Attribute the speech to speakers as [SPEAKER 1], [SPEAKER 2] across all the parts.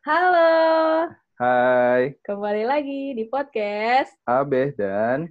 [SPEAKER 1] Halo,
[SPEAKER 2] Hai,
[SPEAKER 1] kembali lagi di podcast
[SPEAKER 2] Abeh dan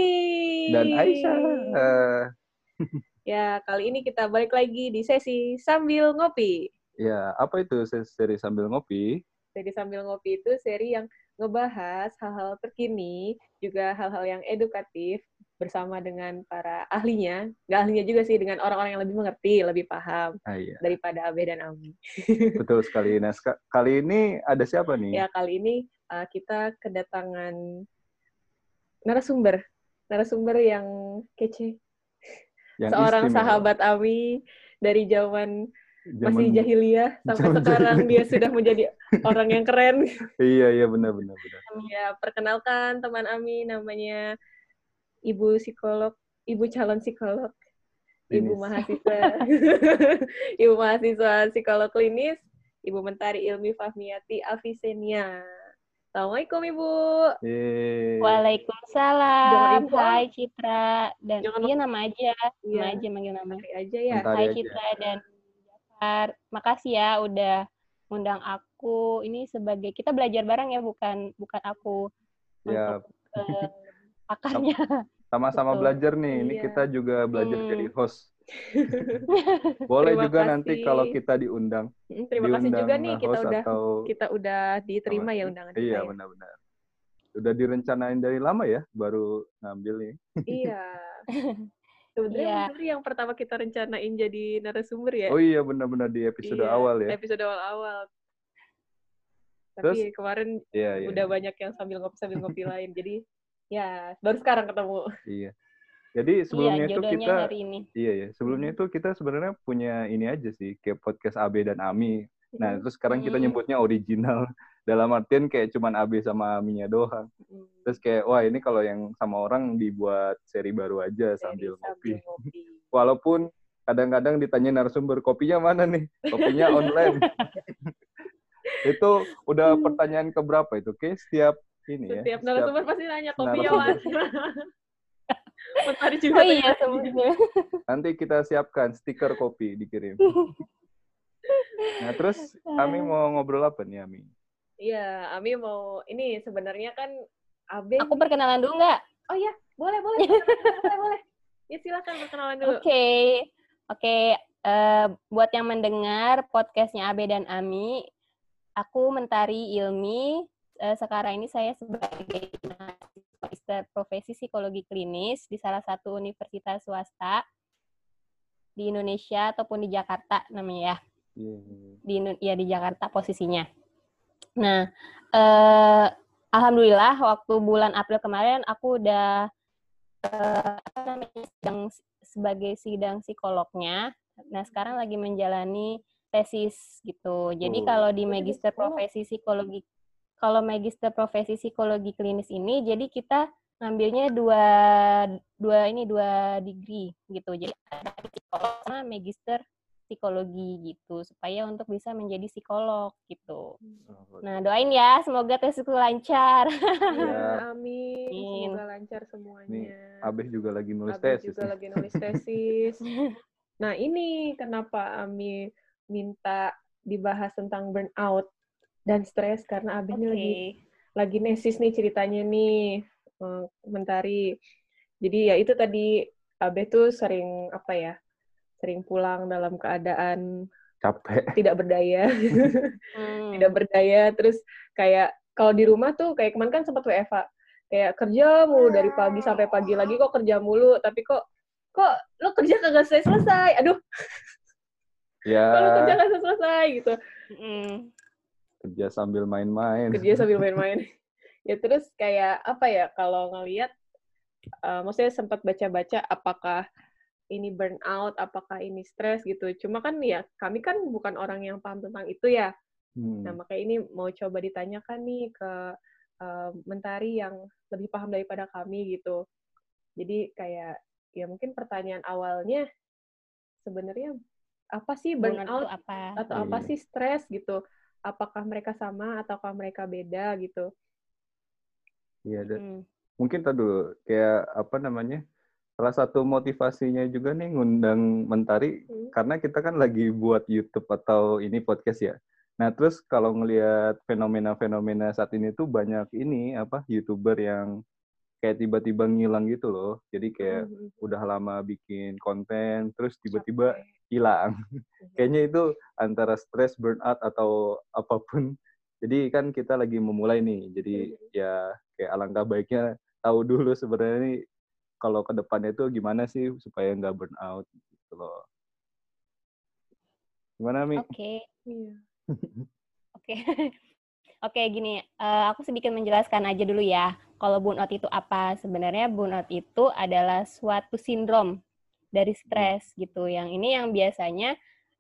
[SPEAKER 1] Ami.
[SPEAKER 2] Aisyah.
[SPEAKER 1] Ya, kali ini kita balik lagi di sesi sambil ngopi.
[SPEAKER 2] Ya, apa itu seri sambil ngopi?
[SPEAKER 1] Jadi sambil ngopi itu seri yang ngebahas hal-hal terkini, juga hal-hal yang edukatif bersama dengan para ahlinya. Nggak ahlinya juga sih, dengan orang-orang yang lebih mengerti, lebih paham
[SPEAKER 2] Ah, iya,
[SPEAKER 1] daripada Abe dan Ami.
[SPEAKER 2] betul sekali. Nah, kali ini ada siapa nih?
[SPEAKER 1] Ya, kali ini kita kedatangan narasumber. Narasumber yang kece.
[SPEAKER 2] Yang
[SPEAKER 1] Seorang
[SPEAKER 2] istimewa.
[SPEAKER 1] sahabat Ami dari zaman masih
[SPEAKER 2] Zaman
[SPEAKER 1] jahiliyah sampai
[SPEAKER 2] zaman
[SPEAKER 1] sekarang dia
[SPEAKER 2] jahiliyah.
[SPEAKER 1] sudah menjadi orang yang keren.
[SPEAKER 2] Iya, iya benar benar benar.
[SPEAKER 1] Ya, perkenalkan teman Ami namanya Ibu Psikolog, Ibu calon psikolog, Ibu
[SPEAKER 2] Ini
[SPEAKER 1] mahasiswa, Ibu mahasiswa psikolog klinis, Ibu Mentari Ilmi Fahmiati Avicennia. Assalamualaikum Ibu. Jangan
[SPEAKER 3] Waalaikumsalam.
[SPEAKER 1] Ibu
[SPEAKER 3] Hai Citra dan
[SPEAKER 1] jangan
[SPEAKER 3] iya
[SPEAKER 1] iya,
[SPEAKER 3] nama aja manggil nama.
[SPEAKER 1] Mentari aja ya.
[SPEAKER 2] Mentari
[SPEAKER 3] Hai
[SPEAKER 2] aja.
[SPEAKER 3] Citra dan Jafar. Makasih ya udah ngundang aku. Ini sebagai kita belajar bareng ya, bukan aku untuk
[SPEAKER 2] Ya,
[SPEAKER 3] pakarnya.
[SPEAKER 2] sama-sama
[SPEAKER 3] Betul.
[SPEAKER 2] belajar nih. Ini
[SPEAKER 1] Iya.
[SPEAKER 2] kita juga belajar jadi
[SPEAKER 3] Hmm.
[SPEAKER 2] host. Boleh
[SPEAKER 1] Terima
[SPEAKER 2] juga nanti kalau
[SPEAKER 1] kasih.
[SPEAKER 2] kita diundang,
[SPEAKER 1] Terima kasih juga nih
[SPEAKER 2] host atau
[SPEAKER 1] kita udah diterima ya undangan kita
[SPEAKER 2] iya
[SPEAKER 1] ya.
[SPEAKER 2] benar-benar. Udah direncanain dari lama ya, baru ngambil nih.
[SPEAKER 1] Iya. Sebenarnya
[SPEAKER 3] Iya.
[SPEAKER 1] Mentari yang pertama kita rencanain jadi narasumber ya.
[SPEAKER 2] Oh iya benar-benar di episode
[SPEAKER 1] Iya,
[SPEAKER 2] awal ya.
[SPEAKER 1] episode awal-awal.
[SPEAKER 2] Terus
[SPEAKER 1] Tapi kemarin
[SPEAKER 2] iya
[SPEAKER 1] udah banyak yang sambil ngopi lain. Jadi ya baru sekarang ketemu.
[SPEAKER 2] iya. Jadi
[SPEAKER 3] Iya,
[SPEAKER 2] sebelumnya itu
[SPEAKER 3] jodohnya
[SPEAKER 2] kita
[SPEAKER 3] hari ini.
[SPEAKER 2] iya ya, sebelumnya itu kita sebenarnya punya ini aja sih, kayak podcast AB dan Ami. Nah, terus sekarang kita nyebutnya original. Dalam artian kayak cuman AB sama Aminya doang. Terus kayak wah ini kalau yang sama orang dibuat seri baru aja sambil ngopi. Walaupun kadang-kadang ditanya narasumber, kopinya mana nih? Kopinya online. Itu udah pertanyaan keberapa itu? Oke, setiap ini ya.
[SPEAKER 1] Setiap narasumber pasti nanya kopinya
[SPEAKER 2] narasumber.
[SPEAKER 1] mana. Mentari juga
[SPEAKER 3] Oh iya sebenarnya.
[SPEAKER 2] Nanti kita siapkan stiker kopi dikirim. Nah, terus Ami mau ngobrol apa nih, Ami?
[SPEAKER 1] Iya, Ami mau ini sebenarnya kan Abe.
[SPEAKER 3] Aku perkenalan dulu nggak?
[SPEAKER 1] Oh iya, boleh. boleh. Ya silakan perkenalan dulu.
[SPEAKER 3] Oke. Buat yang mendengar podcastnya Abe dan Ami, aku Mentari Ilmi. Sekarang ini saya sebagai magister profesi psikologi klinis di salah satu universitas swasta di Indonesia ataupun di Jakarta namanya ya. Di Jakarta posisinya. Nah, alhamdulillah waktu bulan April kemarin aku udah sebagai sidang psikolognya. Nah, sekarang lagi menjalani tesis gitu. Jadi kalau di magister profesi psikologi klinis ini, jadi kita ngambilnya dua degree gitu. Jadi ada psikolog sama magister psikologi gitu, supaya untuk bisa menjadi psikolog gitu. Nah, doain ya, semoga tesisku lancar.
[SPEAKER 1] Ya, amin. Semoga lancar semuanya.
[SPEAKER 2] Nih, Abeh juga lagi nulis
[SPEAKER 1] tesis. Nah, ini kenapa Ami minta dibahas tentang burnout dan stres karena Abeh ini lagi nesis nih ceritanya nih, Mentari. Jadi ya itu tadi Abeh tuh sering pulang dalam keadaan
[SPEAKER 2] capek,
[SPEAKER 1] tidak berdaya. Tidak berdaya, terus kayak kalau di rumah tuh kayak kemarin kan sempat WFH, kayak kerja mulu dari pagi sampai pagi lagi, kok kerja mulu, tapi kok lo kerja kagak selesai, aduh.
[SPEAKER 2] Ya.
[SPEAKER 1] Kok lo kerja kagak selesai gitu.
[SPEAKER 2] Kerja sambil main-main.
[SPEAKER 1] Ya terus kayak apa ya, kalau ngelihat maksudnya sempat baca-baca apakah ini burnout, apakah ini stres gitu. Cuma kan ya kami kan bukan orang yang paham tentang itu ya. Nah, makanya ini mau coba ditanyakan nih ke Mentari yang lebih paham daripada kami gitu. Jadi kayak ya mungkin pertanyaan awalnya sebenarnya apa sih burnout atau apa sih stres gitu? Apakah mereka sama ataukah mereka beda gitu?
[SPEAKER 2] Iya, mungkin tadi dulu kayak apa namanya? Salah satu motivasinya juga nih ngundang Mentari karena kita kan lagi buat YouTube atau ini podcast ya. Nah, terus kalau ngelihat fenomena-fenomena saat ini tuh banyak YouTuber yang kayak tiba-tiba ngilang gitu loh. Jadi kayak udah lama bikin konten, terus tiba-tiba hilang. Kayaknya itu antara stres, burnout, atau apapun. Jadi kan kita lagi memulai nih. Jadi ya kayak alangkah baiknya tahu dulu sebenarnya nih kalau ke depannya itu gimana sih supaya nggak burnout gitu loh. Gimana, Mi?
[SPEAKER 3] Oke.
[SPEAKER 1] Iya.
[SPEAKER 3] Oke. Oke, gini, aku sedikit menjelaskan aja dulu ya. Kalau burnout itu apa? Sebenarnya burnout itu adalah suatu sindrom dari stres gitu. Yang ini yang biasanya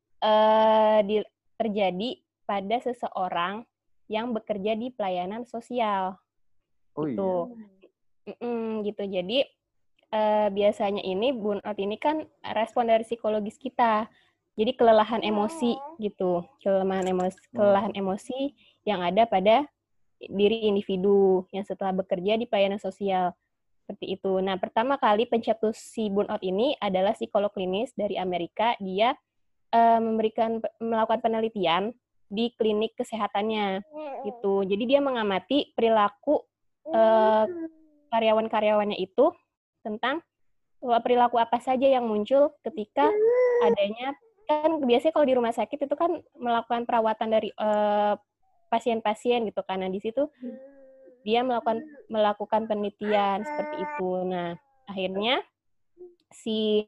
[SPEAKER 3] terjadi pada seseorang yang bekerja di pelayanan sosial.
[SPEAKER 2] Oh
[SPEAKER 3] Gitu.
[SPEAKER 2] iya.
[SPEAKER 3] Gitu. Jadi biasanya ini burnout ini kan respon dari psikologis kita. Jadi kelelahan emosi gitu, kelelahan emosi yang ada pada diri individu yang setelah bekerja di pelayanan sosial. Seperti itu. Nah, pertama kali pencetus si burnout ini adalah psikolog klinis dari Amerika. Dia melakukan penelitian di klinik kesehatannya gitu. Jadi dia mengamati perilaku karyawan-karyawannya itu tentang perilaku apa saja yang muncul ketika adanya, kan biasanya kalau di rumah sakit itu kan melakukan perawatan dari pasien-pasien gitu kan. Nah, di situ dia melakukan penelitian seperti itu. Nah, akhirnya si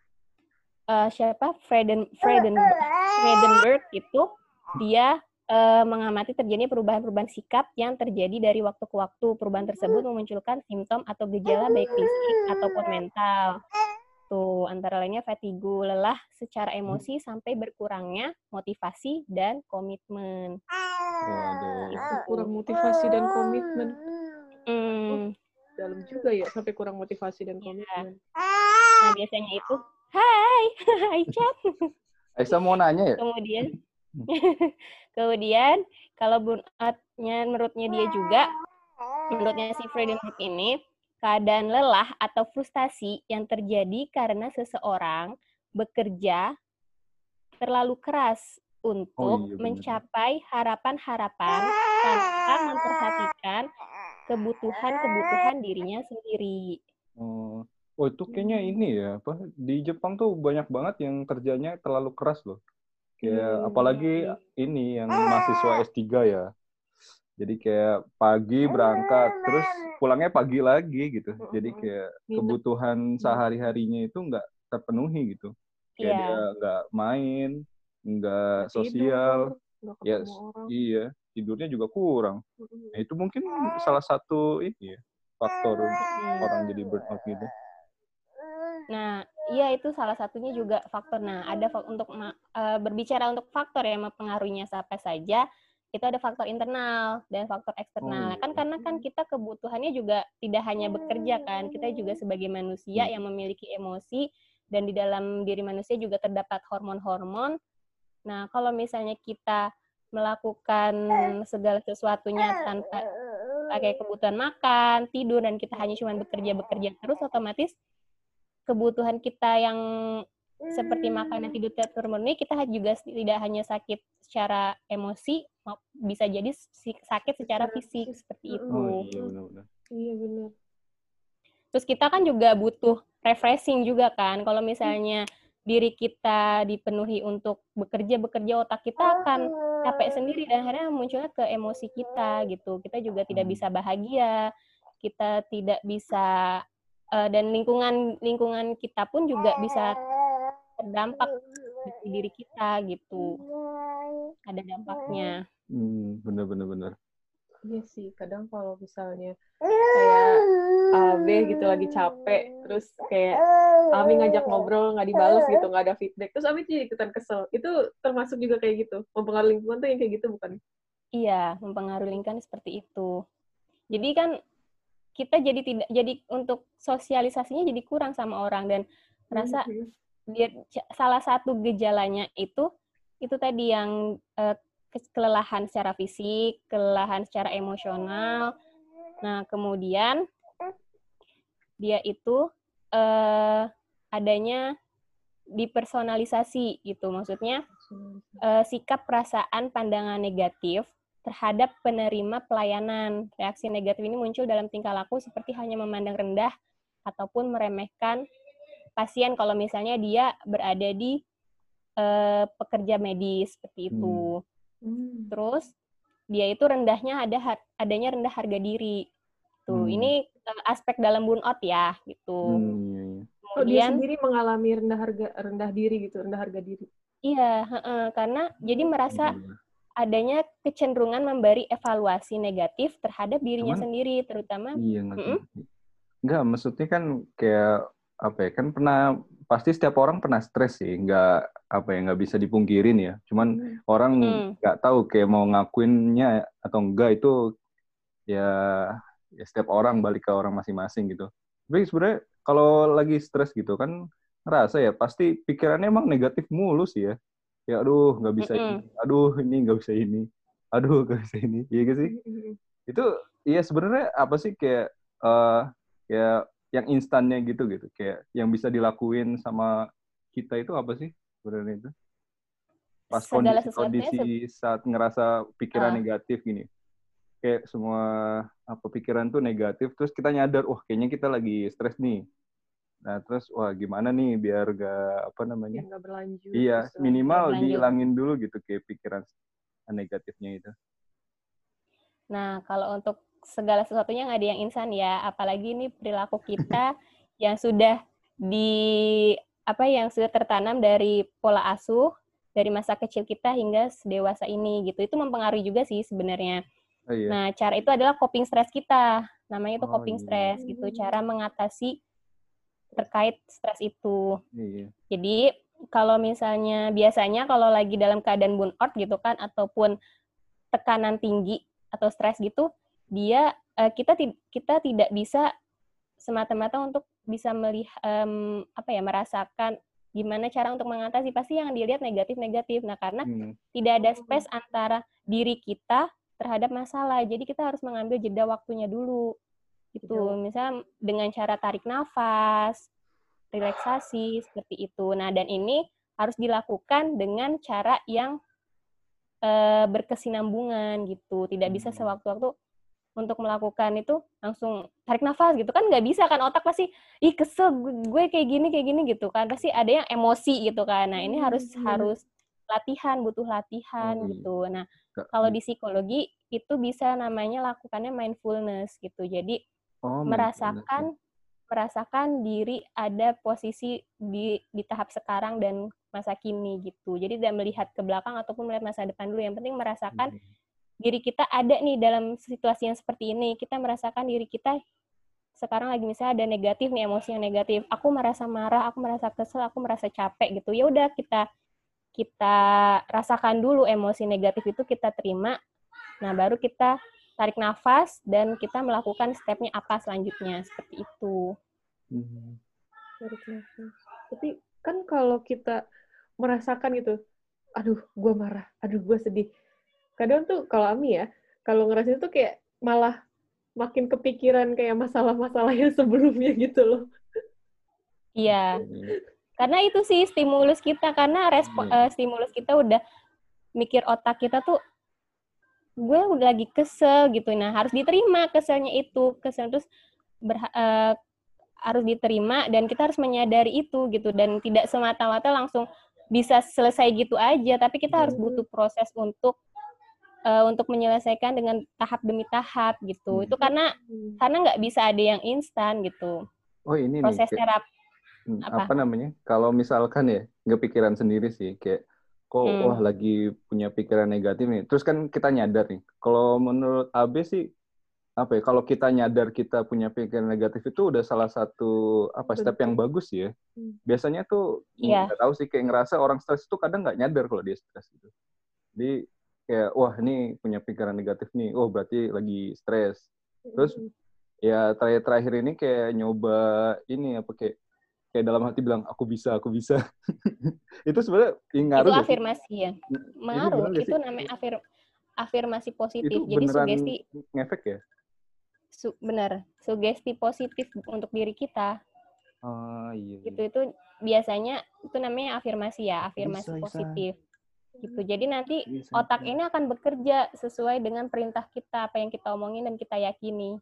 [SPEAKER 3] Fredenberg itu dia mengamati terjadinya perubahan-perubahan sikap yang terjadi dari waktu ke waktu. Perubahan tersebut memunculkan simptom atau gejala baik fisik ataupun mental. Tuh, antara lainnya fatigu, lelah secara emosi sampai berkurangnya motivasi dan komitmen.
[SPEAKER 1] Itu kurang motivasi dan komitmen. Dalam juga ya, sampai kurang motivasi dan komitmen.
[SPEAKER 3] Nah, biasanya itu, hai Chat.
[SPEAKER 2] Aisyah mau nanya ya?
[SPEAKER 3] Kemudian kalau burnout-nya menurutnya dia juga, menurutnya si Friedenberg ini, keadaan lelah atau frustasi yang terjadi karena seseorang bekerja terlalu keras untuk mencapai harapan-harapan tanpa memperhatikan kebutuhan-kebutuhan dirinya sendiri.
[SPEAKER 2] Oh, itu kayaknya ini ya, di Jepang tuh banyak banget yang kerjanya terlalu keras loh. Kayak apalagi ini yang mahasiswa S3 ya. Jadi kayak pagi berangkat, terus pulangnya pagi lagi gitu. Jadi kayak kebutuhan sehari-harinya itu nggak terpenuhi gitu. Kayak dia nggak main, nggak sosial. Ya, iya, tidurnya juga kurang. Nah, itu mungkin salah satu ini ya, faktor orang jadi burnout gitu.
[SPEAKER 3] Nah, iya itu salah satunya juga faktor. Nah, ada untuk berbicara untuk faktor yang mempengaruhinya apa saja, itu ada faktor internal dan faktor eksternal. Kan karena kan kita kebutuhannya juga tidak hanya bekerja kan, kita juga sebagai manusia yang memiliki emosi, dan di dalam diri manusia juga terdapat hormon-hormon. Nah, kalau misalnya kita melakukan segala sesuatunya tanpa pakai kebutuhan makan, tidur, dan kita hanya cuma bekerja terus, otomatis kebutuhan kita yang seperti makan dan tidur terpenuhi, kita juga tidak hanya sakit secara emosi, bisa jadi sakit secara fisik seperti itu.
[SPEAKER 1] Iya benar.
[SPEAKER 3] Terus kita kan juga butuh refreshing juga kan. Kalau misalnya diri kita dipenuhi untuk bekerja, otak kita akan capek sendiri dan akhirnya munculnya ke emosi kita gitu. Kita juga tidak bisa bahagia, kita tidak bisa dan lingkungan kita pun juga bisa terdampak di diri kita gitu. Ada dampaknya.
[SPEAKER 2] Bener.
[SPEAKER 1] Iya sih, kadang kalau misalnya kayak AB gitu lagi capek, terus kayak Ami ngajak ngobrol nggak dibales gitu, nggak ada feedback, terus Ami jadi ikutan kesel. Itu termasuk juga kayak gitu, mempengaruhi lingkungan tuh yang kayak gitu bukan?
[SPEAKER 3] Iya, mempengaruhi lingkungan seperti itu. Jadi kan kita jadi untuk sosialisasinya jadi kurang sama orang, dan merasa salah satu gejalanya itu tadi yang kelelahan secara fisik, kelelahan secara emosional. Nah, kemudian dia itu adanya dipersonalisasi gitu. Maksudnya sikap, perasaan, pandangan negatif terhadap penerima pelayanan. Reaksi negatif ini muncul dalam tingkah laku seperti hanya memandang rendah ataupun meremehkan pasien kalau misalnya dia berada di pekerja medis seperti itu. Terus dia itu adanya rendah harga diri. Tuh, ini aspek dalam burnout ya, gitu.
[SPEAKER 1] Kemudian dia sendiri mengalami rendah harga diri.
[SPEAKER 3] Iya, karena jadi merasa adanya kecenderungan memberi evaluasi negatif terhadap dirinya sendiri, terutama.
[SPEAKER 2] Iya, enggak, maksudnya kan kayak apa ya, kan pasti setiap orang pernah stres sih, nggak bisa dipungkirin ya. Cuman orang nggak tahu kayak mau ngakuinnya atau enggak, itu ya setiap orang balik ke orang masing-masing gitu. Tapi sebenarnya kalau lagi stres gitu kan ngerasa ya pasti pikirannya emang negatif mulu sih ya. Ya aduh nggak bisa ini, aduh ini nggak bisa ini, aduh nggak bisa ini, iya gak sih? Itu iya sebenarnya apa sih kayak yang instannya gitu kayak yang bisa dilakuin sama kita itu apa sih sebenarnya itu? Pas kondisi saat ngerasa pikiran negatif gini, kayak semua pikiran tuh negatif, terus kita nyadar, wah kayaknya kita lagi stres nih. Nah terus wah gimana nih biar gak
[SPEAKER 1] nggak berlanjut.
[SPEAKER 2] Iya minimal dihilangin dulu gitu kayak pikiran negatifnya itu.
[SPEAKER 3] Nah kalau untuk segala sesuatunya nggak ada yang instan ya, apalagi ini perilaku kita yang sudah yang sudah tertanam dari pola asuh dari masa kecil kita hingga dewasa ini gitu. Itu mempengaruhi juga sih sebenarnya.
[SPEAKER 2] Oh, iya.
[SPEAKER 3] Nah, cara itu adalah coping stress kita. Namanya itu coping stress gitu, cara mengatasi terkait stres itu.
[SPEAKER 2] Iya.
[SPEAKER 3] Jadi, kalau misalnya biasanya kalau lagi dalam keadaan burnout gitu kan ataupun tekanan tinggi atau stres gitu, kita tidak bisa semata-mata untuk bisa melihat merasakan gimana cara untuk mengatasi, pasti yang dilihat negatif. Nah, karena tidak ada space antara diri kita terhadap masalah. Jadi kita harus mengambil jeda waktunya dulu. Gitu. Misalnya dengan cara tarik nafas, relaksasi seperti itu. Nah, dan ini harus dilakukan dengan cara yang berkesinambungan gitu. Tidak bisa sewaktu-waktu untuk melakukan itu langsung tarik nafas gitu kan, nggak bisa kan, otak pasti kesel gue kayak gini gitu kan, pasti ada yang emosi gitu kan. Nah ini harus latihan, butuh latihan gitu. Nah kalau di psikologi itu bisa namanya lakukannya mindfulness gitu. Jadi merasakan diri ada posisi di tahap sekarang dan masa kini gitu. Jadi tidak melihat ke belakang ataupun melihat masa depan dulu, yang penting merasakan diri kita ada nih dalam situasi yang seperti ini. Kita merasakan diri kita sekarang lagi misalnya ada negatif nih, emosi yang negatif. Aku merasa marah, aku merasa kesel, aku merasa capek gitu. Ya udah kita rasakan dulu emosi negatif itu, kita terima. Nah, baru kita tarik nafas dan kita melakukan stepnya apa selanjutnya, seperti itu.
[SPEAKER 1] Tarik nafas. Tapi kan kalau kita merasakan gitu, aduh gue marah, aduh gue sedih, kadang tuh kalau Ami ya, kalau ngerasain tuh kayak malah makin kepikiran kayak masalah-masalah yang sebelumnya gitu loh.
[SPEAKER 3] Iya. Karena itu sih stimulus kita, karena stimulus kita udah mikir, otak kita tuh gue udah lagi kesel gitu. Nah, harus diterima keselnya itu. Kesel terus harus diterima dan kita harus menyadari itu gitu, dan tidak semata-mata langsung bisa selesai gitu aja, tapi kita harus butuh proses untuk menyelesaikan dengan tahap demi tahap gitu. Itu karena nggak bisa ada yang instan gitu.
[SPEAKER 2] Oh ini
[SPEAKER 3] proses
[SPEAKER 2] nih,
[SPEAKER 3] terapi
[SPEAKER 2] apa namanya? Kalau misalkan ya nggak pikiran sendiri sih, kayak kok wah lagi punya pikiran negatif nih. Terus kan kita nyadar nih. Kalau menurut AB sih apa ya? Kalau kita nyadar kita punya pikiran negatif itu udah salah satu step yang bagus ya. Biasanya tuh nggak tahu sih, kayak ngerasa orang stres itu kadang nggak nyadar kalau dia stres gitu. Jadi kayak wah ini punya pikiran negatif nih, oh berarti lagi stres. Terus ya terakhir ini kayak nyoba ini kayak dalam hati bilang aku bisa itu sebenarnya ngaruh.
[SPEAKER 3] Itu afirmasi ya, mengaruh. Itu namanya afirmasi positif.
[SPEAKER 2] Itu
[SPEAKER 3] jadi sugesti
[SPEAKER 2] ngefek ya.
[SPEAKER 3] Benar, sugesti positif untuk diri kita.
[SPEAKER 2] Iya.
[SPEAKER 3] Itu biasanya itu namanya afirmasi ya, afirmasi positif. gitu. Jadi nanti otak ini akan bekerja sesuai dengan perintah kita, apa yang kita omongin dan kita yakini.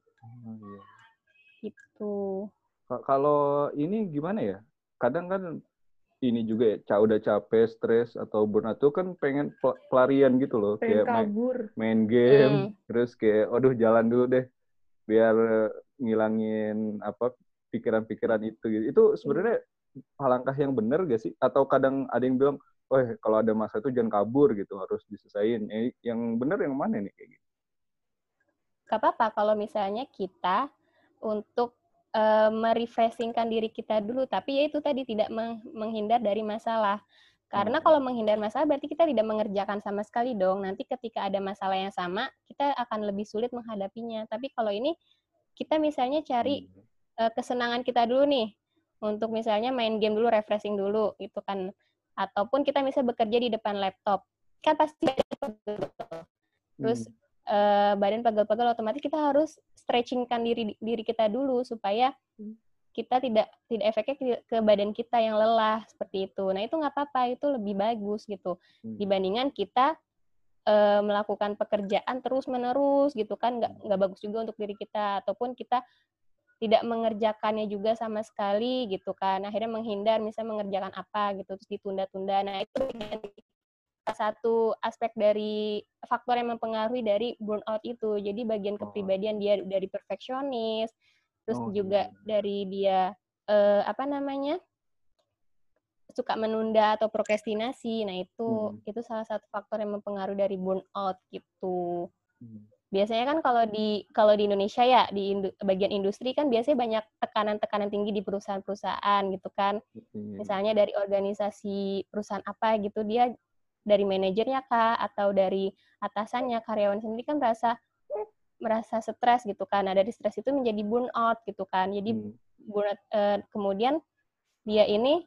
[SPEAKER 3] Gitu.
[SPEAKER 2] Kalau ini gimana ya? Kadang kan ini juga ya, udah capek, stres atau burnout tuh kan pengen pelarian gitu loh,
[SPEAKER 1] Pengen
[SPEAKER 2] kayak
[SPEAKER 1] kabur.
[SPEAKER 2] main game, terus kayak, aduh jalan dulu deh, biar ngilangin apa pikiran-pikiran itu gitu. Itu sebenarnya langkah yang benar gak sih? Atau kadang ada yang bilang, oh kalau ada masa itu jangan kabur gitu, harus diselesain. Yang benar yang mana nih kayak gitu?
[SPEAKER 3] Gak apa-apa kalau misalnya kita untuk merefreshingkan diri kita dulu, tapi ya itu tadi tidak menghindar dari masalah. Karena kalau menghindar masalah berarti kita tidak mengerjakan sama sekali dong. Nanti ketika ada masalah yang sama, kita akan lebih sulit menghadapinya. Tapi kalau ini kita misalnya cari kesenangan kita dulu nih, untuk misalnya main game dulu, refreshing dulu, gitu kan. Ataupun kita misalnya bekerja di depan laptop, kan pasti terus badan pegel-pegel, otomatis kita harus stretchingkan diri kita dulu supaya kita tidak efeknya ke badan kita yang lelah seperti itu. Nah itu nggak apa-apa, itu lebih bagus gitu dibandingkan kita melakukan pekerjaan terus-menerus gitu kan, nggak bagus juga untuk diri kita, ataupun kita tidak mengerjakannya juga sama sekali gitu kan, akhirnya menghindar misalnya mengerjakan apa gitu terus ditunda-tunda. Nah itu satu aspek dari faktor yang mempengaruhi dari burnout itu. Jadi bagian kepribadian dia dari perfeksionis, terus juga dari dia suka menunda atau prokrastinasi. Nah itu salah satu faktor yang mempengaruhi dari burnout gitu. Biasanya kan kalau di Indonesia ya di bagian industri kan biasanya banyak tekanan-tekanan tinggi di perusahaan-perusahaan gitu kan. Misalnya dari organisasi perusahaan apa gitu, dia dari manajernya kah atau dari atasannya, karyawan sendiri kan merasa stres gitu kan. Nah, dari stres itu menjadi burnout gitu kan. Jadi burnout kemudian dia ini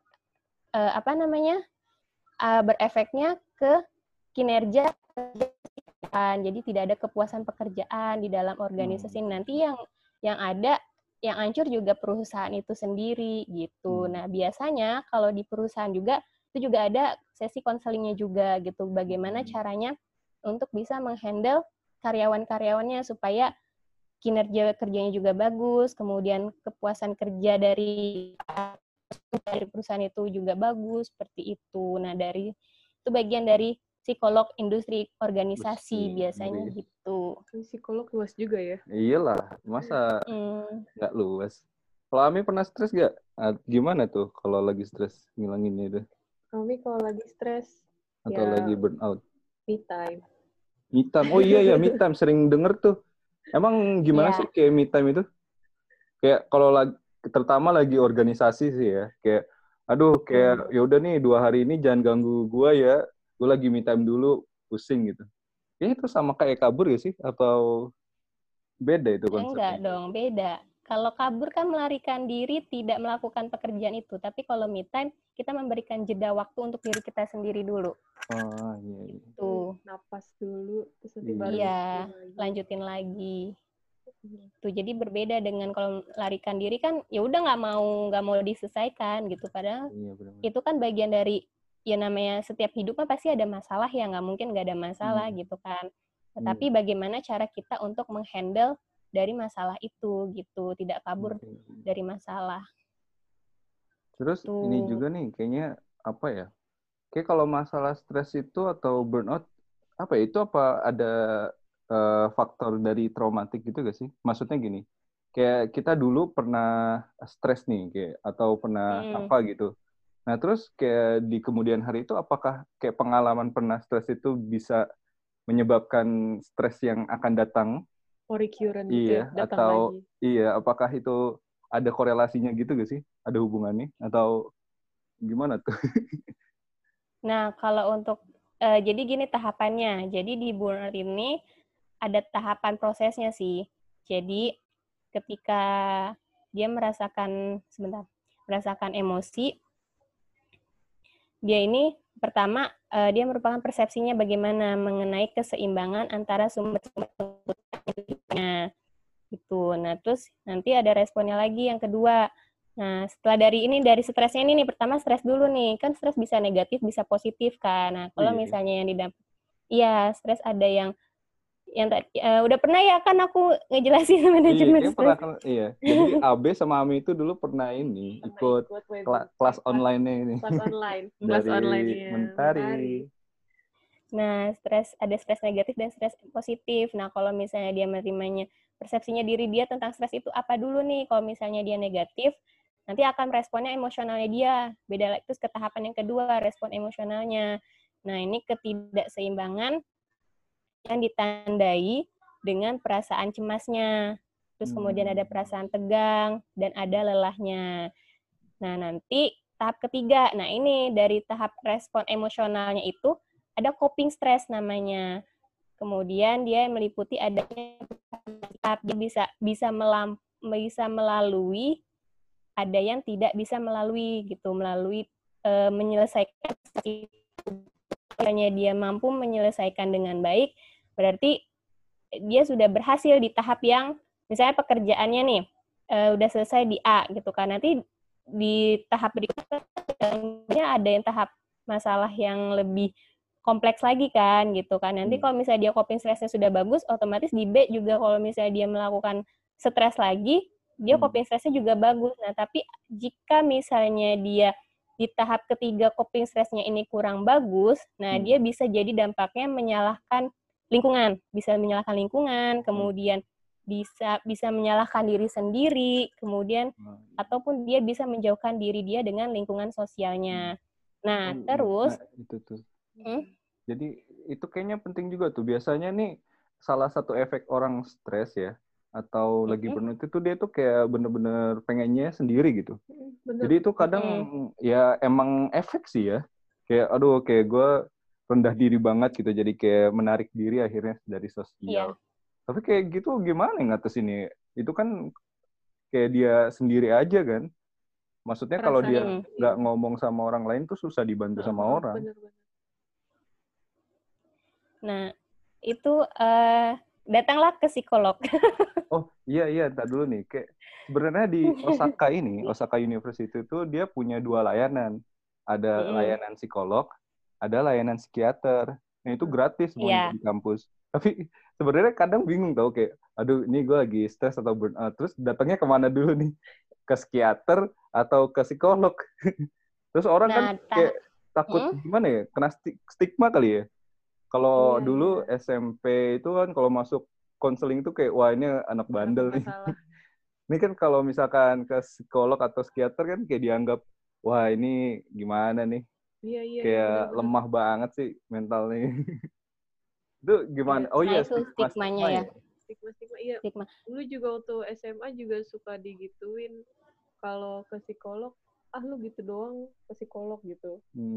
[SPEAKER 3] berefeknya ke kinerja pekerjaan. Jadi tidak ada kepuasan pekerjaan di dalam organisasi. Nanti yang ada yang hancur juga perusahaan itu sendiri gitu. Nah, biasanya kalau di perusahaan juga itu juga ada sesi konselingnya juga gitu. Bagaimana caranya untuk bisa menghandle karyawan-karyawannya supaya kinerja kerjanya juga bagus, kemudian kepuasan kerja dari perusahaan itu juga bagus, seperti itu. Nah, itu bagian dari psikolog industri organisasi biasanya gitu.
[SPEAKER 1] Psikolog luas juga ya?
[SPEAKER 2] Iyalah, masa nggak luas. Kalau Ami pernah stres nggak? Gimana tuh kalau lagi stres ngilanginnya itu?
[SPEAKER 1] Ami kalau lagi stres
[SPEAKER 2] atau lagi burnout?
[SPEAKER 1] Me time.
[SPEAKER 2] Me time. Oh iya me time, sering denger tuh. Emang gimana sih kayak me time itu? Kayak kalau lagi terutama lagi organisasi sih ya, kayak aduh kayak ya udah nih 2 hari ini jangan ganggu gua ya. Gua lagi me time dulu, pusing gitu. Itu sama kayak kabur ya sih atau beda itu konsepnya?
[SPEAKER 3] Enggak dong, beda. Kalau kabur kan melarikan diri, tidak melakukan pekerjaan itu. Tapi kalau me time, kita memberikan jeda waktu untuk diri kita sendiri dulu.
[SPEAKER 2] Oh iya.
[SPEAKER 1] Tuh, napas dulu, terus nanti baru
[SPEAKER 3] lanjutin lagi. Tuh, jadi berbeda dengan kalau larikan diri kan, ya udah nggak mau diselesaikan gitu. Padahal itu kan bagian dari ya namanya setiap hidup kan pasti ada masalah ya, nggak mungkin nggak ada masalah gitu kan. Tetapi bagaimana cara kita untuk menghandle dari masalah itu gitu, tidak kabur dari masalah.
[SPEAKER 2] Terus ini juga nih kayaknya apa ya? Kayak kalau masalah stres itu atau burnout apa ya? Itu apa ada faktor dari traumatik gitu gak sih? Maksudnya gini, kayak kita dulu pernah stres nih kayak atau pernah apa gitu. Nah, terus kayak di kemudian hari itu apakah kayak pengalaman pernah stres itu bisa menyebabkan stres yang akan datang?
[SPEAKER 1] Recurrent gitu ya, datang
[SPEAKER 2] atau
[SPEAKER 1] lagi.
[SPEAKER 2] Iya, apakah itu ada korelasinya gitu gak sih? Ada hubungannya atau gimana tuh?
[SPEAKER 3] Nah, kalau untuk jadi gini tahapannya. Jadi di burnout ini ada tahapan prosesnya sih. Jadi ketika dia merasakan emosi, dia ini pertama dia merupakan persepsinya bagaimana mengenai keseimbangan antara sumber-sumber tuntutannya gitu. Nah, terus nanti ada responnya lagi yang kedua. Nah, setelah dari stresnya ini nih, pertama stres dulu nih. Kan stres bisa negatif, bisa positif kan. Nah,
[SPEAKER 2] Oh
[SPEAKER 3] kalau
[SPEAKER 2] iya.
[SPEAKER 3] misalnya iya, stres ada yang udah pernah ya kan aku ngejelasin
[SPEAKER 2] Iya,
[SPEAKER 3] manajemen
[SPEAKER 2] kayaknya pernah
[SPEAKER 3] stres.
[SPEAKER 2] kan. Iya. Jadi AB sama Ami itu dulu pernah ikut kelas online-nya ini.
[SPEAKER 1] Kelas online. Kelas
[SPEAKER 2] Dari
[SPEAKER 1] online-nya
[SPEAKER 2] Mentari.
[SPEAKER 3] Nah, ada stres negatif dan stres positif. Nah, kalau misalnya dia menerimanya, persepsinya diri dia tentang stres itu apa dulu nih? Kalau misalnya dia negatif, nanti akan responnya emosionalnya dia. Beda lagi terus ke tahapan yang kedua, respon emosionalnya. Nah, ini ketidakseimbangan yang ditandai dengan perasaan cemasnya. Terus kemudian ada perasaan tegang dan ada lelahnya. Nah, nanti tahap ketiga. Nah, ini dari tahap respon emosionalnya itu ada coping stress namanya. Kemudian dia meliputi adanya tahap dia bisa melalui, ada yang tidak bisa melalui gitu, menyelesaikan. Misalnya dia mampu menyelesaikan dengan baik, berarti dia sudah berhasil di tahap yang misalnya pekerjaannya nih udah selesai di A gitu kan. Nanti di tahap berikutnya ada yang tahap masalah yang lebih kompleks lagi kan gitu kan. Nanti kalau misalnya dia coping stressnya sudah bagus, otomatis di B juga kalau misalnya dia melakukan stres lagi, dia coping stressnya juga bagus. Nah, tapi jika misalnya dia di tahap ketiga coping stressnya ini kurang bagus, nah dia bisa jadi dampaknya menyalahkan lingkungan, kemudian bisa menyalahkan diri sendiri, kemudian ataupun dia bisa menjauhkan diri dia dengan lingkungan sosialnya. Nah, terus
[SPEAKER 2] itu tuh. Jadi itu kayaknya penting juga tuh. Biasanya nih salah satu efek orang stres ya atau lagi burnout itu dia tuh kayak bener-bener pengennya sendiri gitu.
[SPEAKER 1] Bener.
[SPEAKER 2] Jadi itu kadang ya emang efek sih ya. Kayak aduh kayak gue rendah diri banget gitu. Jadi kayak menarik diri akhirnya dari sosial. Tapi kayak gitu gimana ngatasinnya? Itu kan kayak dia sendiri aja kan. Maksudnya kalau dia nggak ngomong sama orang lain tuh susah dibantu sama orang.
[SPEAKER 1] Bener-bener.
[SPEAKER 3] Nah, itu datanglah ke psikolog.
[SPEAKER 2] Oh iya, tak dulu nih. Kayak sebenarnya di Osaka University itu dia punya 2 layanan. Ada layanan psikolog, ada layanan psikiater. Nah itu gratis semuanya di kampus. Tapi sebenarnya kadang bingung tau kayak, aduh ini gue lagi stres atau burnout. Terus datangnya kemana dulu nih? Ke psikiater atau ke psikolog? Terus orang kan kayak takut gimana ya? Kena stigma kali ya? Kalau dulu SMP itu kan kalau masuk konseling itu kayak wah ini anak bandel nih. Ini kan kalau misalkan ke psikolog atau psikiater kan kayak dianggap wah ini gimana nih? Kayak lemah banget sih mentalnya. Itu gimana? Oh iya,
[SPEAKER 3] stigmanya ya.
[SPEAKER 1] Stigma iya. Dulu juga waktu SMA juga suka digituin kalau ke psikolog, lu gitu doang ke psikolog gitu.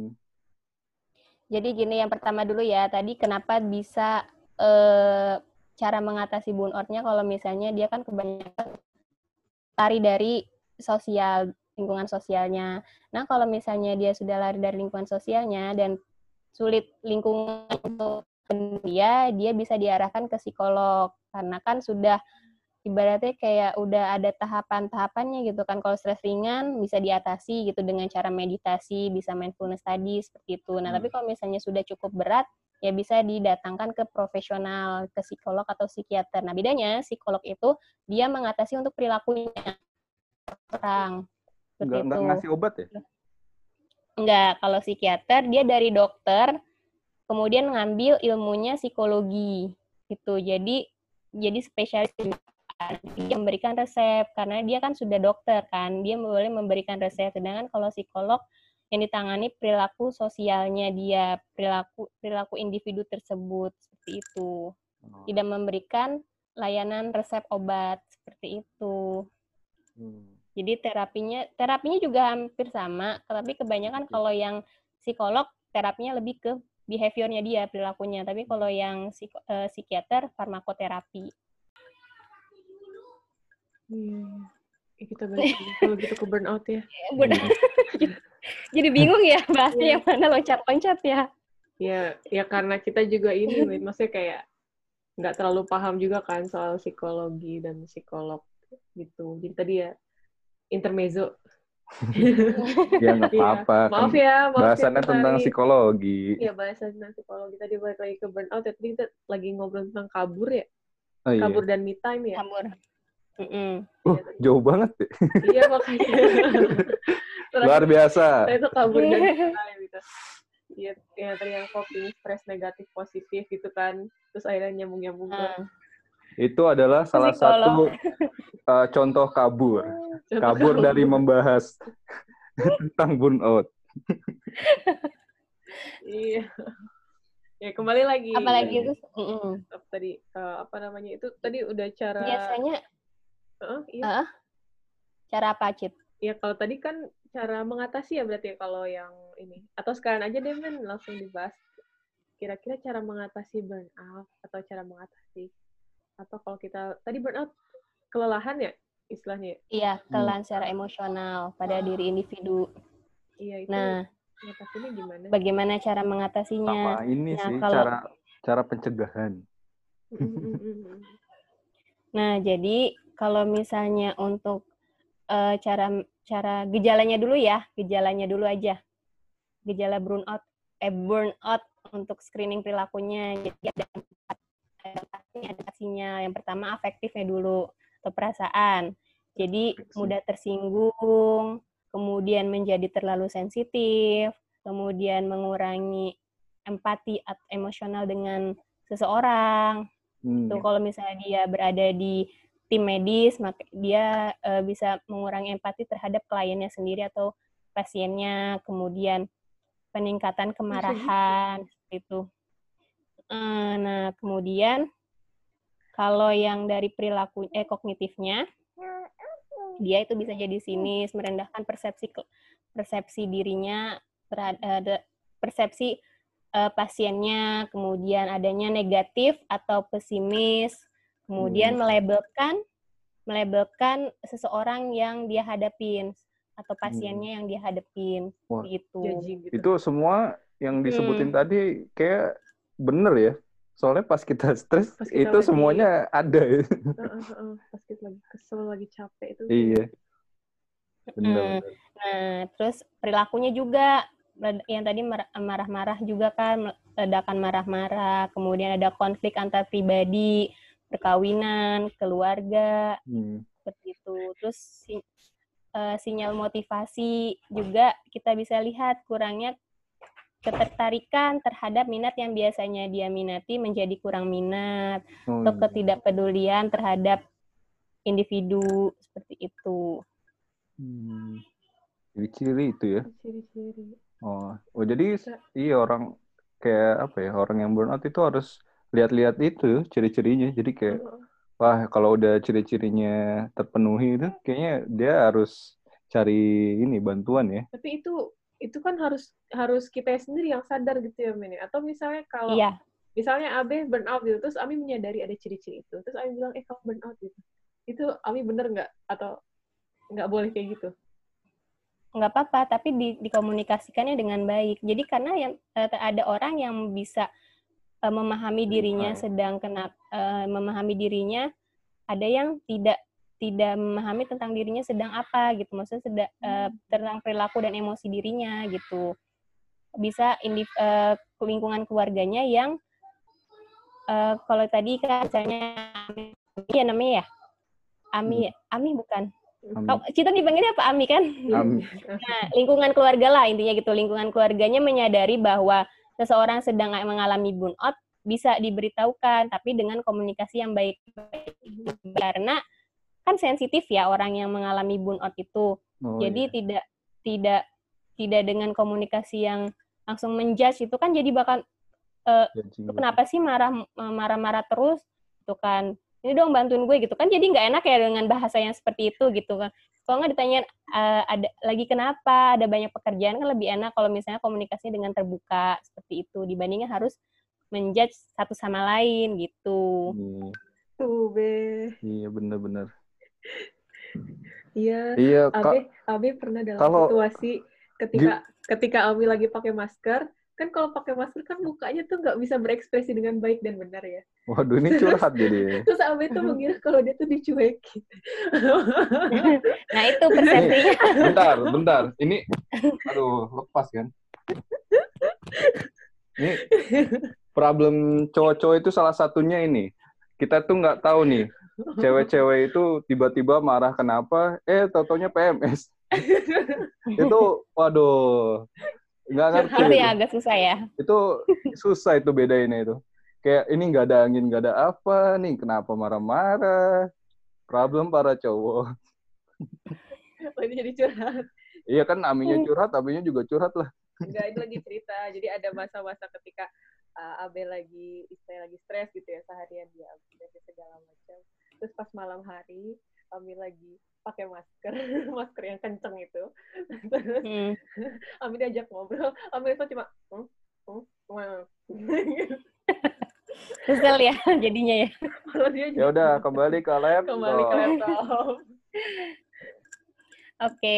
[SPEAKER 3] Jadi gini, yang pertama dulu ya, tadi kenapa bisa cara mengatasi burnout-nya kalau misalnya dia kan kebanyakan lari dari lingkungan sosialnya. Nah, kalau misalnya dia sudah lari dari lingkungan sosialnya dan sulit lingkungan untuk dia bisa diarahkan ke psikolog. Karena kan sudah ibaratnya kayak udah ada tahapan-tahapannya gitu kan. Kalau stres ringan bisa diatasi gitu dengan cara meditasi, bisa mindfulness tadi seperti itu. Nah, tapi kalau misalnya sudah cukup berat, ya bisa didatangkan ke profesional, ke psikolog atau psikiater. Nah, bedanya psikolog itu dia mengatasi untuk perilakunya orang.
[SPEAKER 2] Nggak ngasih obat ya?
[SPEAKER 3] Enggak, kalau psikiater dia dari dokter, kemudian ngambil ilmunya psikologi gitu. Jadi spesialis dia memberikan resep karena dia kan sudah dokter kan, dia boleh memberikan resep. Sedangkan kalau psikolog yang ditangani perilaku sosialnya dia, perilaku individu tersebut seperti itu. Tidak memberikan layanan resep obat seperti itu. Jadi terapinya juga hampir sama, tapi kebanyakan kalau yang psikolog terapinya lebih ke behaviornya dia, perilakunya. Tapi kalau yang psikiater farmakoterapi.
[SPEAKER 1] Kita balik kalau gitu ke burnout ya.
[SPEAKER 3] Jadi bingung ya bahasnya yang mana loncat-loncat ya.
[SPEAKER 1] Ya karena kita juga ini, maksudnya kayak nggak terlalu paham juga kan soal psikologi dan psikolog gitu. Jadi tadi ya intermezzo.
[SPEAKER 2] Ya nggak apa-apa.
[SPEAKER 1] Maaf
[SPEAKER 2] Kan
[SPEAKER 1] ya
[SPEAKER 2] bahasannya tentang
[SPEAKER 1] Tari.
[SPEAKER 2] psikologi.
[SPEAKER 1] Iya, bahasan tentang psikologi. Tadi balik lagi ke burnout, tadi kita lagi ngobrol tentang kabur ya.
[SPEAKER 2] Oh iya.
[SPEAKER 1] Kabur dan me time ya.
[SPEAKER 3] Kabur.
[SPEAKER 2] Jauh banget deh.
[SPEAKER 1] Iya, makanya.
[SPEAKER 2] Luar biasa.
[SPEAKER 1] Itu kabur dan me time gitu. Iya, ya, tadi yang coping stres negatif positif gitu kan. Terus akhirnya nyambung-nyambung ke
[SPEAKER 2] itu adalah salah satu contoh kabur. Kabur dari membahas tentang burnout.
[SPEAKER 1] Iya. Ya, kembali lagi.
[SPEAKER 3] Apalagi itu
[SPEAKER 1] tadi apa namanya? Itu tadi udah cara
[SPEAKER 3] biasanya
[SPEAKER 1] iya.
[SPEAKER 3] Cara apa, Cip?
[SPEAKER 1] Ya, kalau tadi kan cara mengatasi ya berarti ya kalau yang ini. Atau sekarang aja deh, Men, langsung dibahas. Kira-kira cara mengatasi burnout atau cara mengatasi apa kalau kita tadi burnout kelelahan ya istilahnya?
[SPEAKER 3] Iya, kelelahan secara emosional pada diri individu.
[SPEAKER 1] Iya, itu mengatasinya gimana?
[SPEAKER 3] Bagaimana cara mengatasinya?
[SPEAKER 2] Sama ini sih cara pencegahan.
[SPEAKER 3] Nah, jadi kalau misalnya untuk cara gejalanya dulu ya, gejalanya dulu aja. Gejala burnout untuk screening perilakunya. Jadi ada adaptasinya. Yang pertama afektifnya dulu atau perasaan. Jadi mudah tersinggung, kemudian menjadi terlalu sensitif, kemudian mengurangi empati atau emosional dengan seseorang. Tuh kalau misalnya dia berada di tim medis, maka dia bisa mengurangi empati terhadap kliennya sendiri atau pasiennya, kemudian peningkatan kemarahan itu. Nah, kemudian kalau yang dari perilaku kognitifnya, dia itu bisa jadi sinis, merendahkan persepsi dirinya terhadap persepsi pasiennya, kemudian adanya negatif atau pesimis, kemudian melabelkan seseorang yang dia hadapin atau pasiennya yang dia hadapin. Gitu.
[SPEAKER 2] Itu semua yang disebutin tadi kayak bener ya. Soalnya pas kita stres itu semuanya ada ya.
[SPEAKER 1] Pas kita lagi kesel, lagi capek itu.
[SPEAKER 2] Iya. Benar.
[SPEAKER 3] Nah, terus perilakunya juga yang tadi marah-marah juga kan, ledakan marah-marah, kemudian ada konflik antar pribadi, perkawinan, keluarga, seperti itu. Terus sinyal motivasi juga kita bisa lihat kurangnya ketertarikan terhadap minat yang biasanya dia minati menjadi kurang minat, atau ketidakpedulian terhadap individu, seperti itu.
[SPEAKER 2] Ciri-ciri itu ya?
[SPEAKER 1] Ciri-ciri.
[SPEAKER 2] Jadi iya orang kayak apa ya, orang yang burnout itu harus lihat-lihat itu ciri-cirinya. Jadi kayak wah kalau udah ciri-cirinya terpenuhi itu kayaknya dia harus cari ini bantuan ya.
[SPEAKER 1] Tapi itu kan harus kita sendiri yang sadar gitu ya, Men. Atau misalnya kalau misalnya Abe burnout gitu, terus Ami menyadari ada ciri-ciri itu, terus Ami bilang kamu burnout gitu. Itu Ami bener nggak atau nggak boleh kayak gitu?
[SPEAKER 3] Nggak apa-apa, tapi dikomunikasikannya dengan baik. Jadi karena ada orang yang bisa memahami dirinya memahami dirinya, ada yang tidak memahami tentang dirinya sedang apa gitu, maksudnya tentang perilaku dan emosi dirinya gitu. Bisa lingkungan keluarganya yang kalau tadi kan misalnya namanya ya Ami bukan. Cita dipanggilnya apa Ami kan?
[SPEAKER 2] Ami.
[SPEAKER 3] Nah, lingkungan keluarga lah intinya gitu. Lingkungan keluarganya menyadari bahwa seseorang sedang mengalami burnout bisa diberitahukan, tapi dengan komunikasi yang baik. Karena kan sensitif ya orang yang mengalami burnout itu. Jadi tidak dengan komunikasi yang langsung menjudge itu kan jadi bakal lu kenapa sih marah-marah terus itu kan. Ini dong bantuin gue gitu kan, jadi nggak enak ya dengan bahasa yang seperti itu gitu kan. Kalau nggak ditanya ada lagi kenapa, ada banyak pekerjaan, kan lebih enak kalau misalnya komunikasinya dengan terbuka seperti itu dibandingkan harus menjudge satu sama lain gitu.
[SPEAKER 1] Tuh be.
[SPEAKER 2] Iya benar-benar.
[SPEAKER 1] Iya. Abe pernah dalam situasi ketika Abi lagi pakai masker, kan kalau pakai masker kan mukanya tuh nggak bisa berekspresi dengan baik dan benar ya.
[SPEAKER 2] Waduh, ini curhat jadi.
[SPEAKER 1] Terus Abe tuh mengira kalau dia tuh dicuekin.
[SPEAKER 3] Nah, itu persepsinya.
[SPEAKER 2] Bentar. Ini, aduh, lepas kan. Ini problem cowok-cowok itu salah satunya ini. Kita tuh nggak tahu nih, cewek-cewek itu tiba-tiba marah kenapa, tau-taunya PMS. Itu, waduh, nggak ngerti.
[SPEAKER 3] Itu ya agak susah ya.
[SPEAKER 2] Itu susah itu bedainnya itu. Kayak ini nggak ada angin, nggak ada apa nih, kenapa marah-marah? Problem para cowok.
[SPEAKER 1] Oh, ini jadi curhat.
[SPEAKER 2] Iya kan, Aminya curhat, Aminya juga curhat lah.
[SPEAKER 1] Enggak, itu lagi cerita. Jadi ada masa-masa ketika Abe lagi stres gitu ya, seharian dia update segala macam. Terus pas malam hari, Ami lagi pakai masker yang kenceng itu. Terus Ami diajak ngobrol, Ami itu cuma
[SPEAKER 3] Kesel ya jadinya ya.
[SPEAKER 2] Ya udah, kembali ke laptop.
[SPEAKER 3] Oke.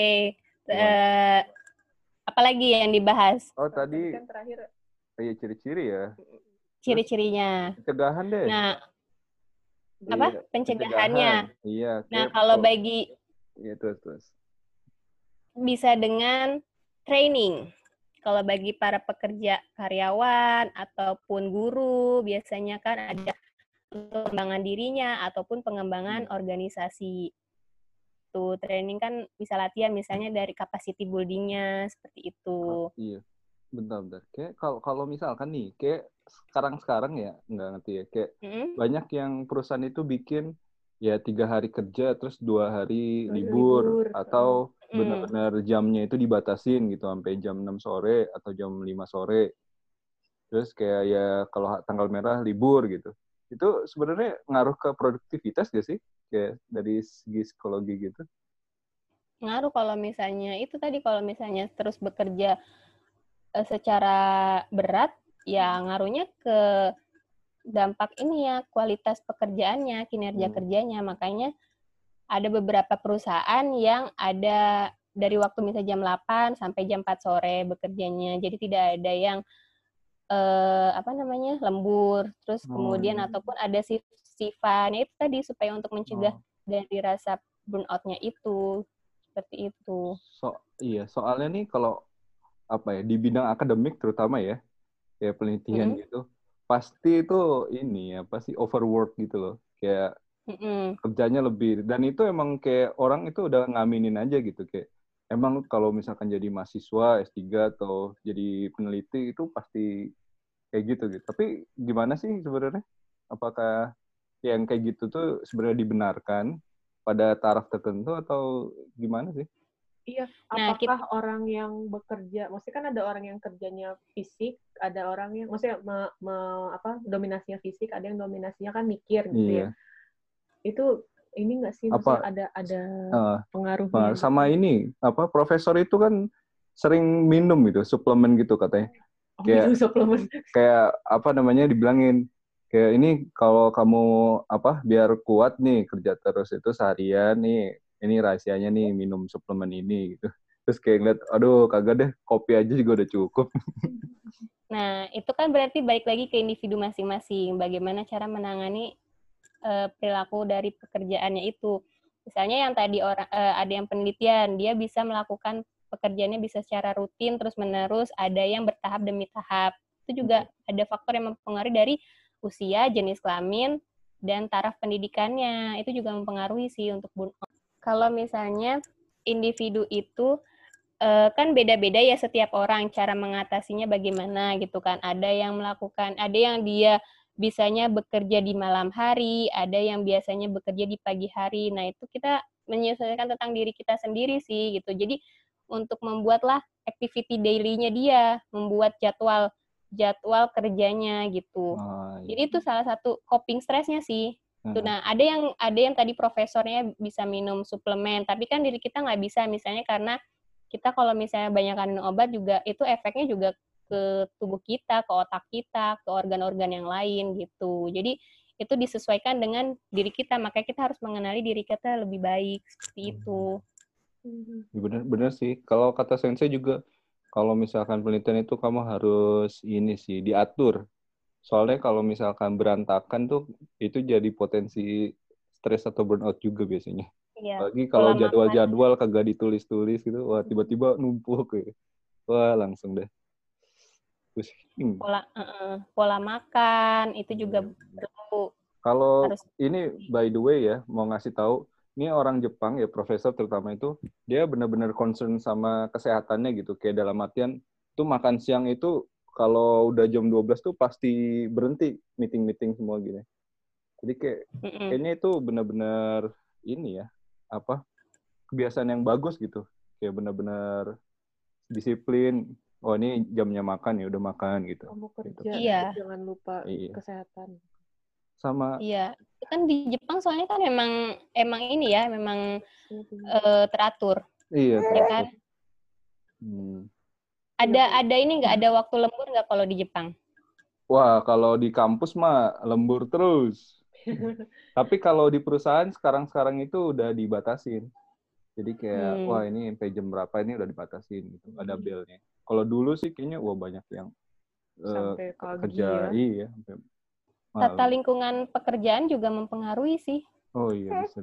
[SPEAKER 3] Apalagi yang dibahas?
[SPEAKER 2] Oh, tadi
[SPEAKER 1] kan terakhir.
[SPEAKER 2] Iya, ciri-ciri ya.
[SPEAKER 3] Ciri-cirinya.
[SPEAKER 2] Pencegahan deh.
[SPEAKER 3] Nah, apa? Pencegahannya.
[SPEAKER 2] Iya.
[SPEAKER 3] Nah, kalau bagi
[SPEAKER 2] iya, terus.
[SPEAKER 3] bisa dengan training. Kalau bagi para pekerja karyawan ataupun guru, biasanya kan ada pengembangan dirinya ataupun pengembangan organisasi. Tuh, training kan bisa latihan misalnya dari capacity building-nya seperti itu.
[SPEAKER 2] Iya. Bentar. Kayak kalau misalkan nih, kayak sekarang ya, nggak ngerti ya, kayak banyak yang perusahaan itu bikin ya 3 hari kerja terus 2 hari libur. Atau benar-benar jamnya itu dibatasin gitu sampai jam 6 sore atau jam 5 sore. Terus kayak ya kalau tanggal merah libur gitu. Itu sebenarnya ngaruh ke produktivitas gak sih? Kayak dari segi psikologi gitu.
[SPEAKER 3] Ngaruh kalau misalnya itu tadi, kalau misalnya terus bekerja secara berat, ya ngaruhnya ke dampak ini ya, kualitas pekerjaannya, kinerja kerjanya. Makanya ada beberapa perusahaan yang ada dari waktu misalnya jam 8 sampai jam 4 sore bekerjanya. Jadi tidak ada yang lembur. Terus kemudian ataupun ada shift-shiftan itu tadi supaya untuk mencegah dari rasa burnout-nya itu. Seperti itu.
[SPEAKER 2] Soalnya nih kalau di bidang akademik terutama ya, kayak penelitian gitu, pasti itu overwork gitu loh. Kayak kerjanya lebih, dan itu emang kayak orang itu udah ngaminin aja gitu, kayak emang kalau misalkan jadi mahasiswa S3 atau jadi peneliti itu pasti kayak gitu. Tapi gimana sih sebenarnya? Apakah yang kayak gitu tuh sebenarnya dibenarkan pada taraf tertentu atau gimana sih?
[SPEAKER 1] Iya, apakah orang yang bekerja, maksudnya kan ada orang yang kerjanya fisik, ada orang yang maksudnya dominasinya fisik, ada yang dominasinya kan mikir gitu ya. Itu ini nggak sih, maksudnya ada pengaruhnya?
[SPEAKER 2] Sama gitu. Ini profesor itu kan sering minum gitu, suplemen gitu katanya.
[SPEAKER 1] Kayak suplemen.
[SPEAKER 2] Kayak dibilangin kayak ini kalau kamu biar kuat nih kerja terus itu seharian nih, ini rahasianya nih minum suplemen ini gitu. Terus kayak ngeliat, aduh kagak deh, kopi aja juga udah cukup.
[SPEAKER 3] Nah, itu kan berarti balik lagi ke individu masing-masing. Bagaimana cara menangani perilaku dari pekerjaannya itu. Misalnya yang tadi ada yang penelitian, dia bisa melakukan pekerjaannya bisa secara rutin terus-menerus, ada yang bertahap demi tahap. Itu juga ada faktor yang mempengaruhi dari usia, jenis kelamin, dan taraf pendidikannya. Itu juga mempengaruhi sih untuk burnout. Kalau misalnya individu itu kan beda-beda ya setiap orang cara mengatasinya bagaimana gitu kan. Ada yang dia bisanya bekerja di malam hari, ada yang biasanya bekerja di pagi hari. Nah, itu kita menyesuaikan tentang diri kita sendiri sih gitu. Jadi untuk membuatlah activity daily-nya dia, membuat jadwal kerjanya gitu. Jadi itu salah satu coping stress-nya sih. Nah, ada yang tadi profesornya bisa minum suplemen, tapi kan diri kita nggak bisa, misalnya karena kita kalau misalnya banyakkan minum obat juga itu efeknya juga ke tubuh kita, ke otak kita, ke organ-organ yang lain gitu. Jadi itu disesuaikan dengan diri kita, makanya kita harus mengenali diri kita lebih baik seperti itu.
[SPEAKER 2] Bener sih. Kalau kata sensei juga, kalau misalkan penelitian itu kamu harus ini sih diatur. Soalnya kalau misalkan berantakan tuh itu jadi potensi stres atau burnout juga biasanya.
[SPEAKER 3] Iya.
[SPEAKER 2] Apalagi kalau
[SPEAKER 3] Pola
[SPEAKER 2] jadwal-jadwal kagak ditulis-tulis gitu, wah tiba-tiba numpuk ya. Wah langsung deh. Pusing.
[SPEAKER 3] pola makan itu juga perlu
[SPEAKER 2] Kalau
[SPEAKER 3] harus.
[SPEAKER 2] ini by the way ya, mau ngasih tahu, ini orang Jepang ya, profesor terutama itu, dia benar-benar concern sama kesehatannya gitu. Kayak dalam artian, tuh makan siang itu kalau udah jam 12 tuh pasti berhenti meeting-meeting semua gini. Jadi kayaknya itu benar-benar ini ya, apa, kebiasaan yang bagus gitu. Kayak benar-benar disiplin. Oh ini jamnya makan ya udah makan gitu.
[SPEAKER 1] Kamu kerja,
[SPEAKER 2] gitu.
[SPEAKER 3] Iya.
[SPEAKER 1] jangan lupa kesehatan.
[SPEAKER 2] Sama.
[SPEAKER 3] Iya, kan di Jepang soalnya kan emang ini ya, memang teratur.
[SPEAKER 2] Iya.
[SPEAKER 3] Ya kan? Ada ini nggak, ada waktu lembur nggak kalau di Jepang?
[SPEAKER 2] Wah, kalau di kampus mah lembur terus. Tapi kalau di perusahaan sekarang itu udah dibatasin. Jadi kayak, wah ini sampai jam berapa ini udah dibatasin gitu, ada bellnya. Kalau dulu sih kayaknya wah banyak yang
[SPEAKER 1] sampai pagi
[SPEAKER 2] kerja,
[SPEAKER 1] ya.
[SPEAKER 2] iya. Sampai
[SPEAKER 3] tata lingkungan pekerjaan juga mempengaruhi sih.
[SPEAKER 2] Oh iya bisa.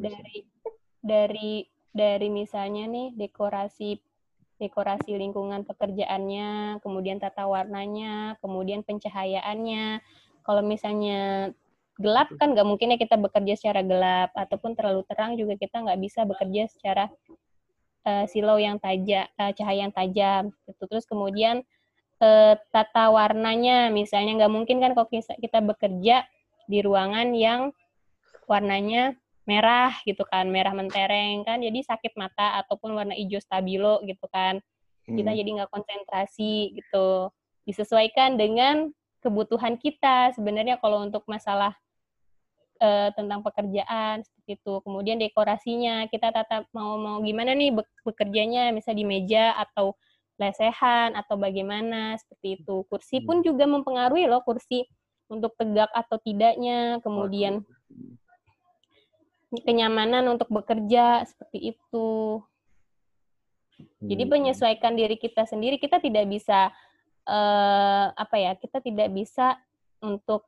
[SPEAKER 3] Dari misalnya nih dekorasi lingkungan pekerjaannya, kemudian tata warnanya, kemudian pencahayaannya. Kalau misalnya gelap kan nggak mungkin ya kita bekerja secara gelap, ataupun terlalu terang juga kita nggak bisa bekerja secara silau yang tajam, cahaya yang tajam. Terus kemudian tata warnanya, misalnya nggak mungkin kan kalau kita bekerja di ruangan yang warnanya merah gitu kan, merah mentereng kan, jadi sakit mata, ataupun warna hijau stabilo gitu kan, kita jadi nggak konsentrasi gitu. Disesuaikan dengan kebutuhan kita sebenarnya kalau untuk masalah tentang pekerjaan seperti itu. Kemudian dekorasinya kita tata mau gimana nih bekerjanya, misalnya di meja atau lesehan atau bagaimana seperti itu. Kursi pun juga mempengaruhi loh, kursi untuk tegak atau tidaknya, kemudian kenyamanan untuk bekerja seperti itu. Jadi menyesuaikan diri kita sendiri, kita tidak bisa kita tidak bisa untuk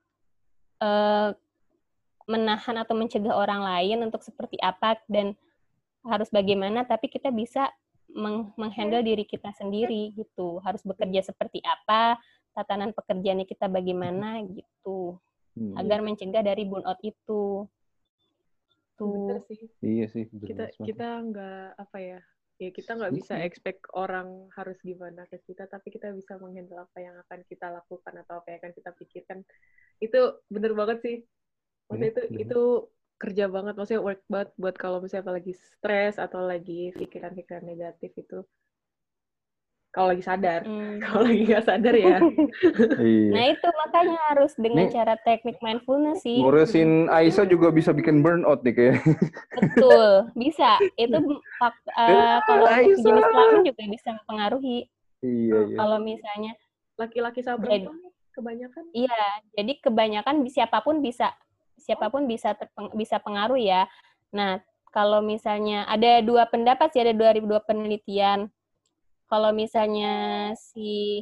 [SPEAKER 3] menahan atau mencegah orang lain untuk seperti apa dan harus bagaimana, tapi kita bisa menghandle diri kita sendiri gitu. Harus bekerja seperti apa, tatanan pekerjaannya kita bagaimana gitu. Agar mencegah dari burnout itu.
[SPEAKER 1] Bener sih.
[SPEAKER 2] Iya sih.
[SPEAKER 1] Kita nggak kita nggak bisa expect orang harus gimana ke kita, tapi kita bisa menghandle apa yang akan kita lakukan atau apa yang akan kita pikirkan. Itu bener banget sih. Maksudnya itu kerja banget, maksudnya work banget buat kalau misalnya lagi stres atau lagi pikiran-pikiran negatif itu. Kalau lagi sadar, kalau lagi nggak sadar ya.
[SPEAKER 3] Nah itu makanya harus dengan cara teknik mindfulness sih.
[SPEAKER 2] Ngurusin Aisyah juga bisa bikin burnout nih kayaknya.
[SPEAKER 3] Betul, bisa. Itu kalau untuk jenis kelamin juga bisa mempengaruhi.
[SPEAKER 2] Iya.
[SPEAKER 3] Kalau misalnya
[SPEAKER 1] laki-laki sama perempuan kebanyakan.
[SPEAKER 3] Iya, jadi kebanyakan siapapun bisa pengaruh ya. Nah, kalau misalnya ada dua pendapat sih, ada 2002 penelitian. Kalau misalnya si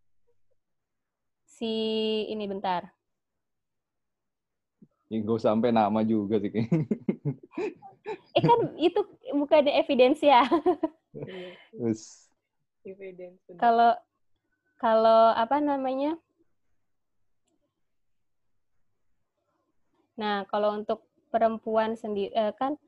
[SPEAKER 3] ini bentar.
[SPEAKER 2] Ya, gak sampai nama juga sih kayaknya.
[SPEAKER 3] Kan itu bukan evidensi ya. Kalau apa namanya? Nah, kalau untuk perempuan sendiri kan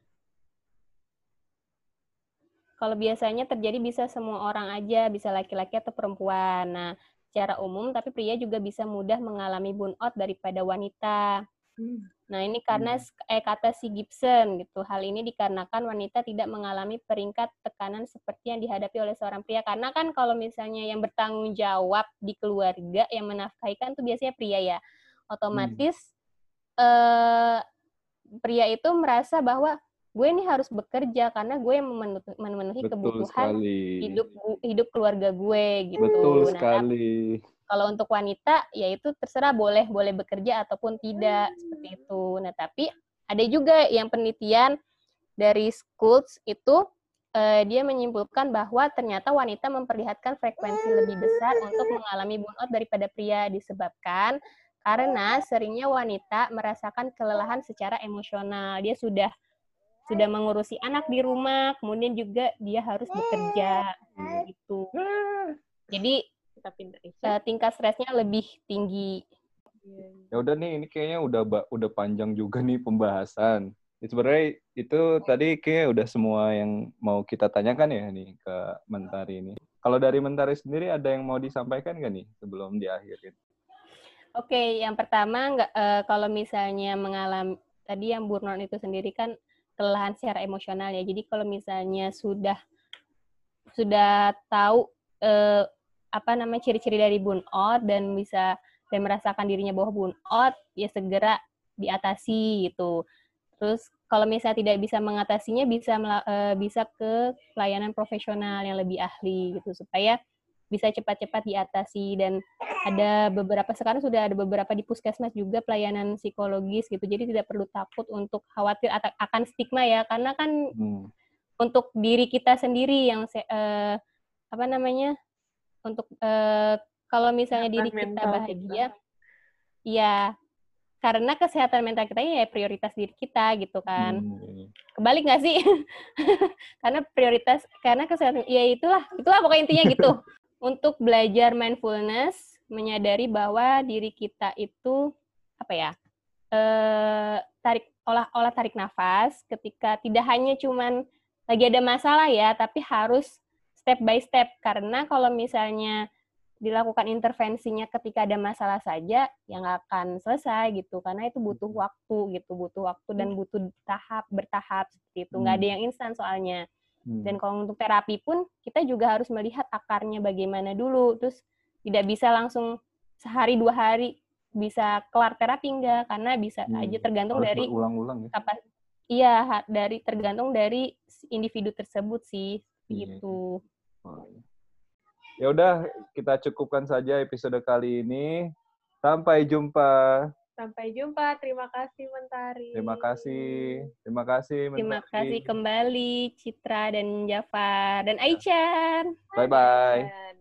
[SPEAKER 3] kalau biasanya terjadi bisa semua orang aja, bisa laki-laki atau perempuan. Nah, secara umum tapi pria juga bisa mudah mengalami burnout daripada wanita. Nah, ini karena kata si Gibson gitu. Hal ini dikarenakan wanita tidak mengalami peringkat tekanan seperti yang dihadapi oleh seorang pria. Karena kan kalau misalnya yang bertanggung jawab di keluarga, yang menafkahikan itu biasanya pria ya. Otomatis pria itu merasa bahwa gue ini harus bekerja karena gue yang memenuhi kebutuhan hidup keluarga gue gitu.
[SPEAKER 2] Betul sekali.
[SPEAKER 3] Kalau untuk wanita, ya itu terserah boleh bekerja ataupun tidak, seperti itu. Nah, tapi ada juga yang penelitian dari Schultz itu dia menyimpulkan bahwa ternyata wanita memperlihatkan frekuensi lebih besar untuk mengalami burnout daripada pria disebabkan karena seringnya wanita merasakan kelelahan secara emosional. Dia sudah mengurusi anak di rumah, kemudian juga dia harus bekerja gitu. Jadi tingkat stresnya lebih tinggi.
[SPEAKER 2] Ya udah nih, ini kayaknya udah panjang juga nih pembahasan. Sebenarnya itu tadi kayaknya udah semua yang mau kita tanyakan ya nih ke Mentari ini. Kalau dari Mentari sendiri ada yang mau disampaikan nggak nih sebelum diakhirin?
[SPEAKER 3] Oke, yang pertama kalau misalnya mengalami tadi yang burnout itu sendiri kan kelelahan secara emosional ya. Jadi kalau misalnya sudah tahu ciri-ciri dari burnout dan merasakan dirinya bahwa burnout, ya segera diatasi gitu. Terus kalau misalnya tidak bisa mengatasinya, bisa ke pelayanan profesional yang lebih ahli gitu supaya bisa cepat-cepat diatasi. Dan sekarang sudah ada beberapa di puskesmas juga pelayanan psikologis gitu. Jadi tidak perlu takut untuk khawatir akan stigma ya, karena kan untuk diri kita sendiri yang untuk kalau misalnya diri kita bahagia, ya karena kesehatan mental kita ya prioritas diri kita gitu kan. Kebalik nggak sih? karena kesehatan, ya itulah pokoknya intinya gitu. Untuk belajar mindfulness, menyadari bahwa diri kita itu olah tarik nafas ketika tidak hanya cuman lagi ada masalah ya, tapi harus step by step. Karena kalau misalnya dilakukan intervensinya ketika ada masalah saja, ya nggak akan selesai gitu. Karena itu butuh waktu dan butuh bertahap seperti itu. Nggak ada yang instan soalnya. Dan kalau untuk terapi pun, kita juga harus melihat akarnya bagaimana dulu. Terus tidak bisa langsung sehari 2 hari bisa kelar terapi, enggak. Karena bisa aja tergantung
[SPEAKER 2] harus
[SPEAKER 3] dari
[SPEAKER 2] berulang-ulang ya?
[SPEAKER 3] Tergantung dari individu tersebut sih. Gitu.
[SPEAKER 2] Ya udah, kita cukupkan saja episode kali ini. Sampai jumpa.
[SPEAKER 1] Terima kasih Mentari.
[SPEAKER 2] Terima kasih Mentari.
[SPEAKER 3] Terima kasih kembali Citra dan Jafar dan Aisyah.
[SPEAKER 2] Bye-bye.